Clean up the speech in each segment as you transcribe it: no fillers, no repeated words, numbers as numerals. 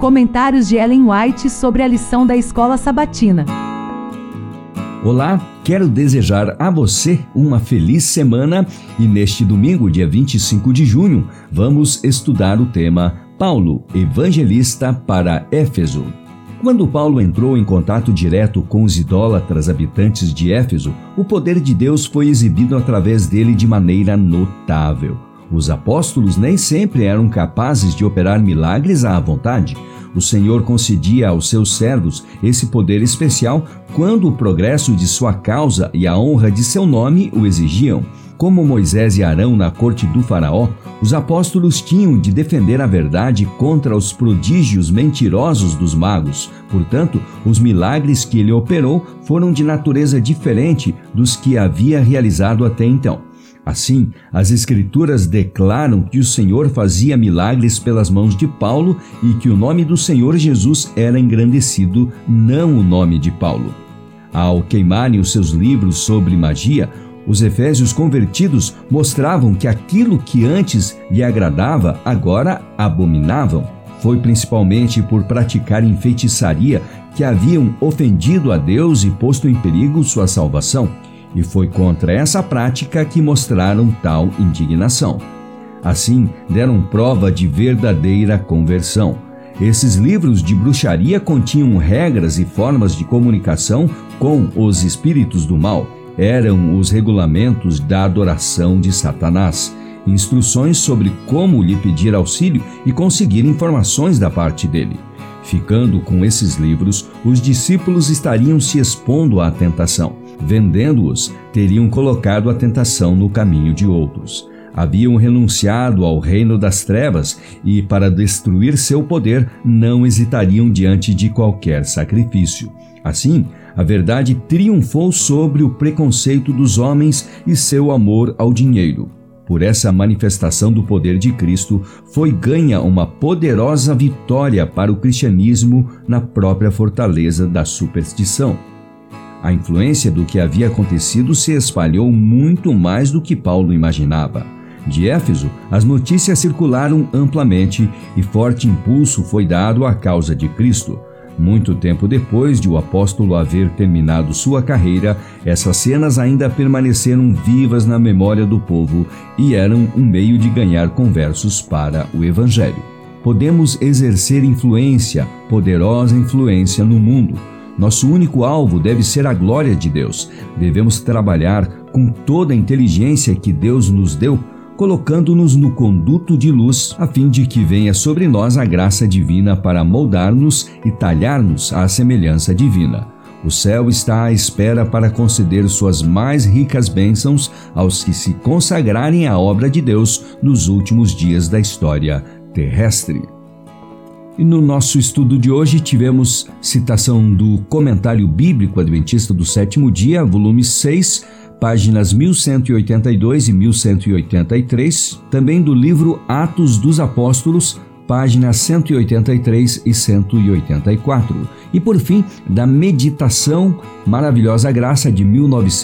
Comentários de Ellen White sobre a lição da Escola Sabatina. Olá, quero desejar a você uma feliz semana e neste domingo, dia 25 de junho, vamos estudar o tema Paulo, evangelista para Éfeso. Quando Paulo entrou em contato direto com os idólatras habitantes de Éfeso, o poder de Deus foi exibido através dele de maneira notável. Os apóstolos nem sempre eram capazes de operar milagres à vontade. O Senhor concedia aos seus servos esse poder especial quando o progresso de sua causa e a honra de seu nome o exigiam. Como Moisés e Arão na corte do faraó, os apóstolos tinham de defender a verdade contra os prodígios mentirosos dos magos. Portanto, os milagres que ele operou foram de natureza diferente dos que havia realizado até então. Assim, as Escrituras declaram que o Senhor fazia milagres pelas mãos de Paulo e que o nome do Senhor Jesus era engrandecido, não o nome de Paulo. Ao queimarem os seus livros sobre magia, os efésios convertidos mostravam que aquilo que antes lhe agradava, agora abominavam. Foi principalmente por praticarem feitiçaria que haviam ofendido a Deus e posto em perigo sua salvação. E foi contra essa prática que mostraram tal indignação. Assim, deram prova de verdadeira conversão. Esses livros de bruxaria continham regras e formas de comunicação com os espíritos do mal. Eram os regulamentos da adoração de Satanás, instruções sobre como lhe pedir auxílio e conseguir informações da parte dele. Ficando com esses livros, os discípulos estariam se expondo à tentação. Vendendo-os, teriam colocado a tentação no caminho de outros. Haviam renunciado ao reino das trevas e, para destruir seu poder, não hesitariam diante de qualquer sacrifício. Assim, a verdade triunfou sobre o preconceito dos homens e seu amor ao dinheiro. Por essa manifestação do poder de Cristo, foi ganha uma poderosa vitória para o cristianismo na própria fortaleza da superstição. A influência do que havia acontecido se espalhou muito mais do que Paulo imaginava. De Éfeso, as notícias circularam amplamente e forte impulso foi dado à causa de Cristo. Muito tempo depois de o apóstolo haver terminado sua carreira, essas cenas ainda permaneceram vivas na memória do povo e eram um meio de ganhar conversos para o Evangelho. Podemos exercer influência, poderosa influência no mundo. Nosso único alvo deve ser a glória de Deus. Devemos trabalhar com toda a inteligência que Deus nos deu, colocando-nos no conduto de luz, a fim de que venha sobre nós a graça divina para moldar-nos e talhar-nos à semelhança divina. O céu está à espera para conceder suas mais ricas bênçãos aos que se consagrarem à obra de Deus nos últimos dias da história terrestre. E no nosso estudo de hoje tivemos citação do Comentário Bíblico Adventista do Sétimo Dia, volume 6, páginas 1182 e 1183, também do livro Atos dos Apóstolos, páginas 183 e 184. E por fim, da Meditação Maravilhosa Graça de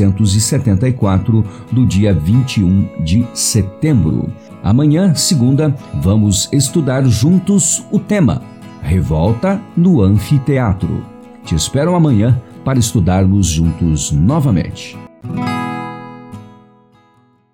1974, do dia 21 de setembro. Amanhã, segunda, vamos estudar juntos o tema Revolta no Anfiteatro. Te espero amanhã para estudarmos juntos novamente.